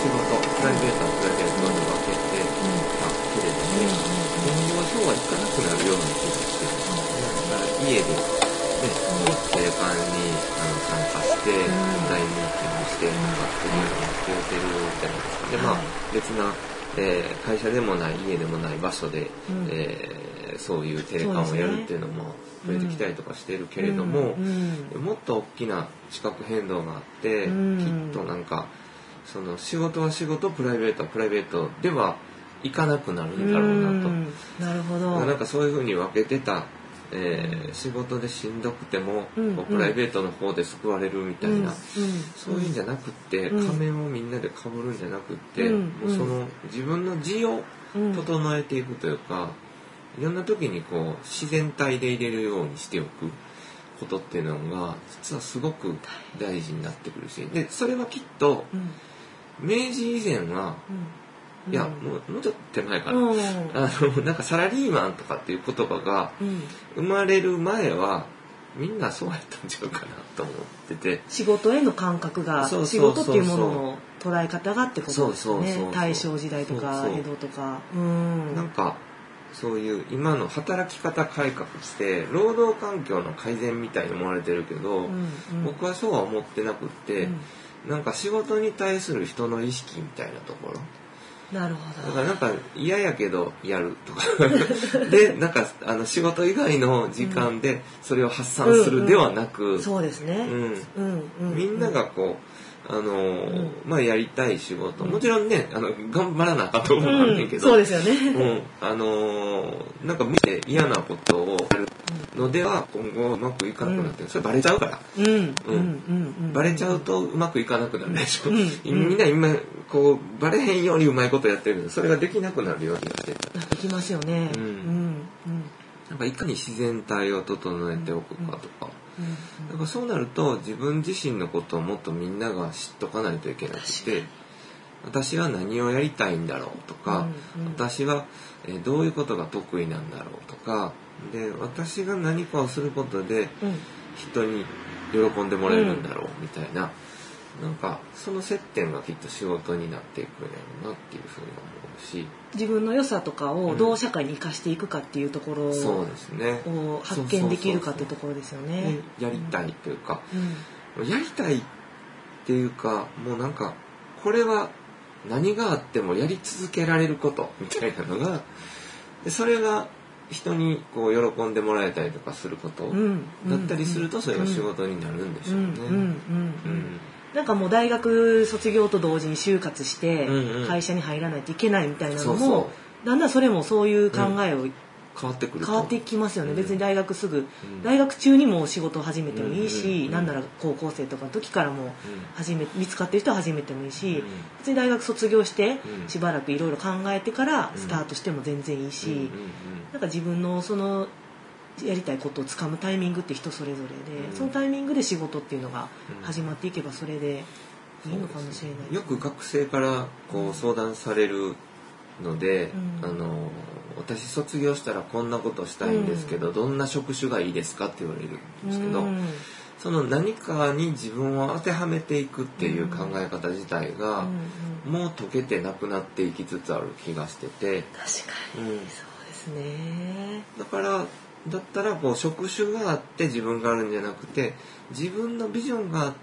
仕事、プライベートはプライベートに分けてたけれども、今後はそうはいかなくなるような気がしてる。だから家で、定番に参加して、大ミーティングして、っていうのをやってるじゃないですか。で、まあ、別な、会社でもない、家でもない場所で、そういう定款をやるっていうのも増えてきたりとかしてるけれども、もっと大きな地殻変動があって、きっとなんか、その仕事は仕事、プライベートはプライベートではいかなくなるんだろうなと。 なるほど。 なんかそういうふうに分けてた、仕事でしんどくても、プライベートの方で救われるみたいな、そういうんじゃなくって、仮面をみんなで被るんじゃなくって、もうその自分の字を整えていくというか、いろんな時にこう自然体で入れるようにしておくことっていうのが実はすごく大事になってくるし、でそれはきっと明治以前は、いやもうちょっと手前かな、なんかサラリーマンとかっていう言葉が生まれる前はみんなそうやったんちゃうかなと思ってて、 仕事への感覚が、仕事っていうものの捉え方がってことですよね。大正時代とか江戸とか、 なんかそういう今の働き方改革して労働環境の改善みたいに思われてるけど、僕はそうは思ってなくって、なんか仕事に対する人の意識みたいなところ。 なるほど。 だからなんか嫌やけどやるとかで、なんか仕事以外の時間でそれを発散するではなく、 そうですね。 みんながこうまあやりたい仕事、もちろんね頑張らなあかんところもあるねんけど、 そうですよね。 なんか見て嫌なことをやるのでは今後うまくいかなくなってる、それバレちゃうから、バレちゃうとうまくいかなくなるでしょ。みんな今こうバレへんようにうまいことやってるけど、それができなくなるようになってできますよね。 なんかいかに自然体を整えておくかとか、だからそうなると自分自身のことをもっとみんなが知っとかないといけなくて、私は何をやりたいんだろうとか、私はどういうことが得意なんだろうとかで、私が何かをすることで人に喜んでもらえるんだろうみたいな、なんかその接点がきっと仕事になっていくんやろうなっていうふうに思うし、 自分の良さとかをどう社会に生かしていくかっていうところを発見できるかっていうところですよね。 やりたいというか、やりたいっていうか、もうなんかこれは何があってもやり続けられることみたいなのが、でそれが人にこう喜んでもらえたりとかすることだったりすると、それが仕事になるんでしょうね。 なんかもう大学卒業と同時に就活して会社に入らないといけないみたいなのも、だんだんそれもそういう考えを変わってきますよね。別に大学大学中にも仕事を始めてもいいし、なんなら高校生とかの時からも見つかってる人は始めてもいいし、別に大学卒業してしばらくいろいろ考えてからスタートしても全然いいし、なんか自分のそのやりたいことをつかむタイミングって人それぞれで、そのタイミングで仕事っていうのが始まっていけばそれでいいのかもしれないですね。 よく学生からこう相談されるので、私卒業したらこんなことしたいんですけど、どんな職種がいいですかって言われるんですけど、その何かに自分を当てはめていくっていう考え方自体がもう解けてなくなっていきつつある気がしてて、 確かに、そうですね。 だったらこう職種があって自分があるんじゃなくて、自分のビジョンがあって、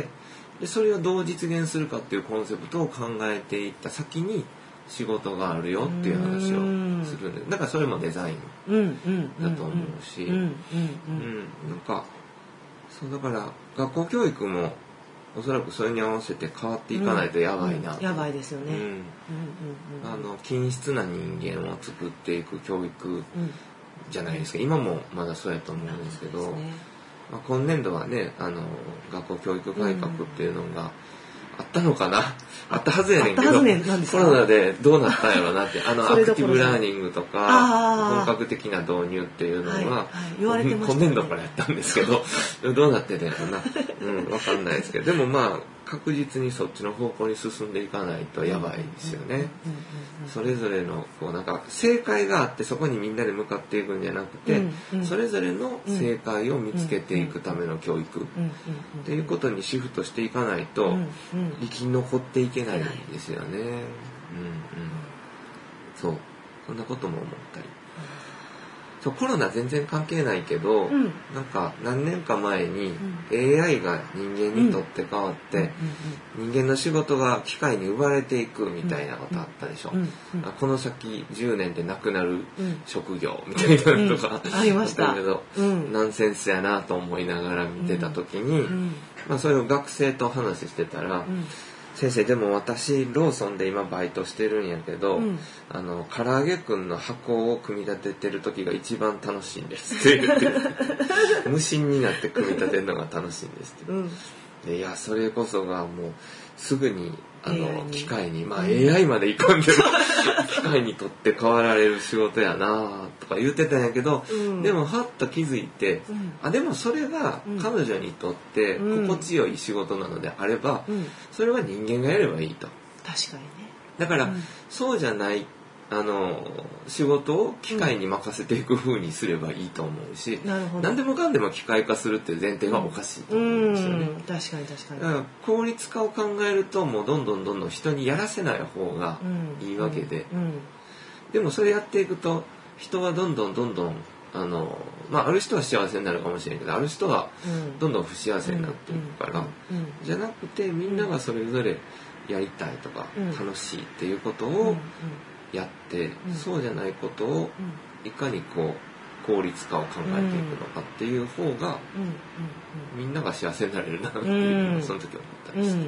でそれをどう実現するかっていうコンセプトを考えていった先に仕事があるよっていう話をするんで、だからそれもデザインだと思うし、なんかそうだから学校教育もおそらくそれに合わせて変わっていかないとやばいなと、 やばいですよね。 均質な人間を作っていく教育じゃないですか。今もまだそうやと思うんですけど、今年度はね学校教育改革っていうのがあったのかな、あったはずやねんけど、コロナでどうなったんやろうなって、アクティブラーニングとか本格的な導入っていうのは今年度からやったんですけどどうなってたんやろうな、分かんないですけど、でもまあ確実にそっちの方向に進んでいかないとやばいですよね。それぞれのこうなんか正解があってそこにみんなで向かっていくんじゃなくて、それぞれの正解を見つけていくための教育っていうことにシフトしていかないと生き残っていけないんですよね。そう、そんなことも思ったり。そう、コロナ全然関係ないけど、なんか何年か前に AI が人間にとって変わって、人間の仕事が機械に奪われていくみたいなことあったでしょ。この先10年でなくなる職業みたいなのとかありましたけど、ナンセンスやなと思いながら見てた時に、それを学生と話してたら、先生でも私ローソンで今バイトしてるんやけど、唐揚げくんの箱を組み立ててる時が一番楽しいんですって言って無心になって組み立てるのが楽しいんですって、いやそれこそがもうすぐに機械にAI までいかんけど機械にとって変わられる仕事やなとか言ってたんやけど、でもはっと気づいて、でもそれが彼女にとって心地よい仕事なのであれば、それは人間がやればいいと。 確かにね。 だから、そうじゃない仕事を機械に任せていく風にすればいいと思うし、何でもかんでも機械化するっていう前提がおかしいと思うんですよね。 確かに確かに。 だから効率化を考えるともうどんどん人にやらせない方がいいわけで、でもそれやっていくと人はどんどんある人は幸せになるかもしれないけど、ある人はどんどん不幸せになっていくから、じゃなくてみんながそれぞれやりたいとか楽しいっていうことをやって、そうじゃないことをいかにこう効率化を考えていくのかっていう方がみんなが幸せになれるなっていうのをその時思ったりして、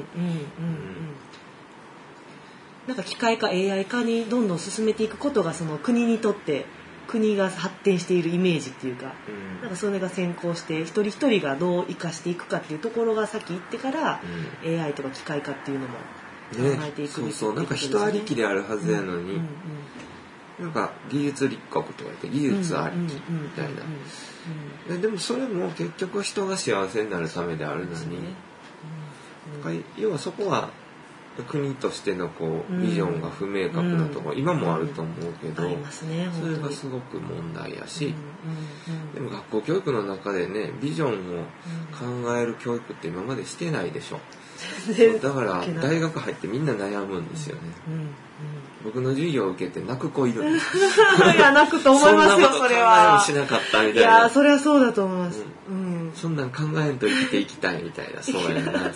なんか機械化 AI 化にどんどん進めていくことがその国にとって国が発展しているイメージっていうか、なんかそれが先行して一人一人がどう生かしていくかっていうところが先行ってから、AI とか機械化っていうのも考えていくべきそうなんか人ありきであるはずやのに、なんか技術立国とか言って技術ありきみたいな、でもそれも結局人が幸せになるためであるのに、要はそこは国としてのこうビジョンが不明確なところ、今もあると思うけど、それがすごく問題やし、でも学校教育の中でねビジョンを考える教育って今までしてないでしょ。だから大学入ってみんな悩むんですよね。僕の授業を受けて泣く子いるんです。 いや泣くと思いますよそれは。 そんなこと考えもしなかったみたいな。 いやそれはそうだと思います。 そんなん考えんと生きていきたいみたいな、そうやな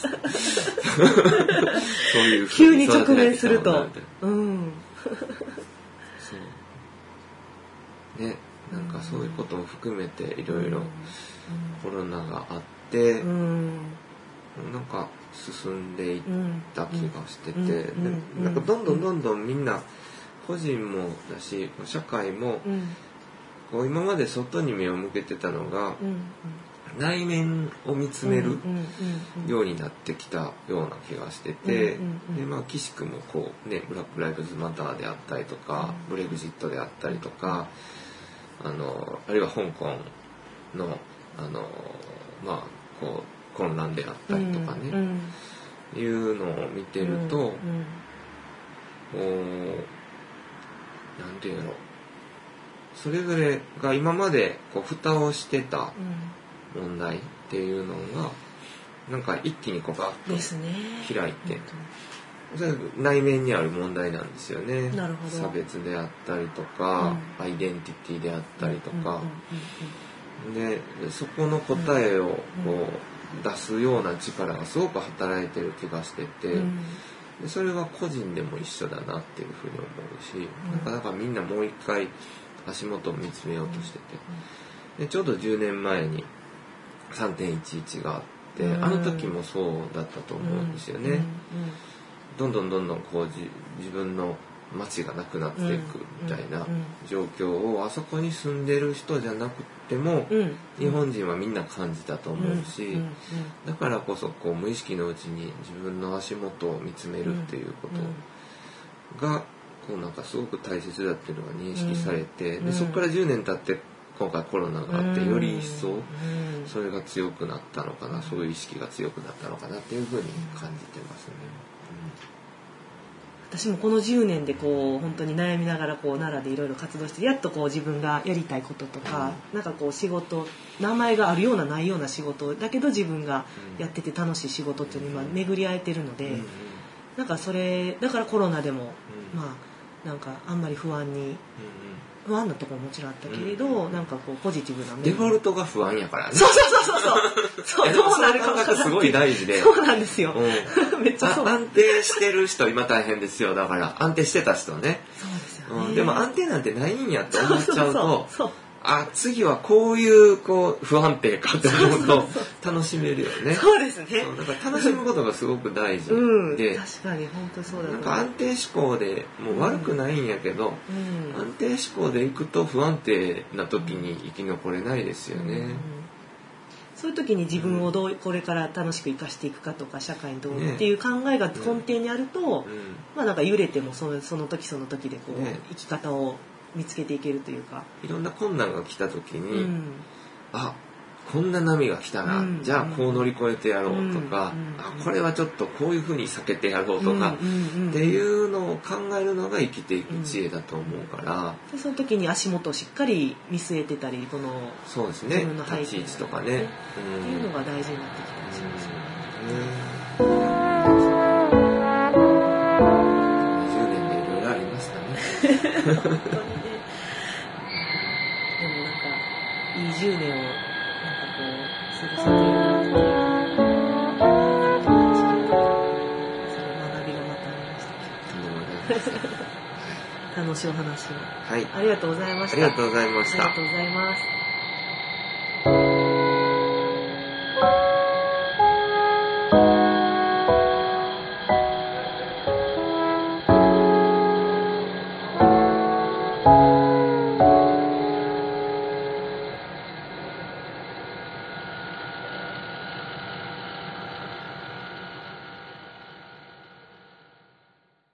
そういう急に直面すると、 そうね、なんかそういうことも含めていろいろコロナがあって、なんか進んでいった気がしてて、なんかどんどんみんな個人もだし社会もこう今まで外に目を向けてたのが内面を見つめるようになってきたような気がしてて、で岸くもこうねブラック・ライブズ・マターであったりとかブレグジットであったりとかあるいは香港のこう混乱であったりとかね、いうのを見てると、こうなんていうの、それぞれが今までこう蓋をしてた問題っていうのがなんか一気にこうバッと開いて、それ内面にある問題なんですよね。差別であったりとか、アイデンティティであったりとか、でそこの答えをこう出すような力がすごく働いてる気がしてて、でそれは個人でも一緒だなっていうふうに思うし、なんかみんなもう一回足元を見つめようとしてて、でちょうど10年前に 3.11 があって、あの時もそうだったと思うんですよね。どんどんこう自分の街がなくなっていくみたいな状況をあそこに住んでる人じゃなくても日本人はみんな感じたと思うし、だからこそこう無意識のうちに自分の足元を見つめるっていうことがこうなんかすごく大切だっていうのが認識されて、でそこから10年経って今回コロナがあってより一層それが強くなったのかな、そういう意識が強くなったのかなっていうふうに感じてますね。 私もこの10年でこう本当に悩みながらこう奈良でいろいろ活動してやっとこう自分がやりたいこととか、なんかこう仕事名前があるようなないような仕事だけど自分がやってて楽しい仕事っていうのに今巡り合えてるので、なんかそれだからコロナでもまあなんかあんまり不安なところももちろんあったけれど、なんかこうポジティブなデフォルトが不安やからね。 そうどうなるか分からない。 すごい大事で。 そうなんですよ。めっちゃそう。 安定してる人今大変ですよ。だから安定してた人ね。 そうですよね。 でも安定なんてないんやって思っちゃうと、次はこういう不安定かって思うと楽しめるよね。 そうですね。 だから楽しむことがすごく大事で、 確かに本当そうだ。 なんか安定志向でもう悪くないんやけど、安定志向でいくと不安定な時に生き残れないですよね。 そういう時に自分をこれから楽しく生かしていくかとか社会にどうっていう考えが根底にあると、まあなんか揺れてもその時その時でこう生き方を見つけていけるというか、 いろんな困難が来た時に、こんな波が来たな、じゃあこう乗り越えてやろうとか、これはちょっとこういうふうに避けてやろうとかっていうのを考えるのが生きていく知恵だと思うから、 でその時に足元をしっかり見据えてたり、このそうですね、立ち位置とかね、っていうのが大事になってきたりしますね。 20年でいろいろありましたね。 本当にね。でもなんかいい10年を過ごせているなっていう、その学びがまたありました。楽しいお話を、ありがとうございました。 ありがとうございました。 ありがとうございます。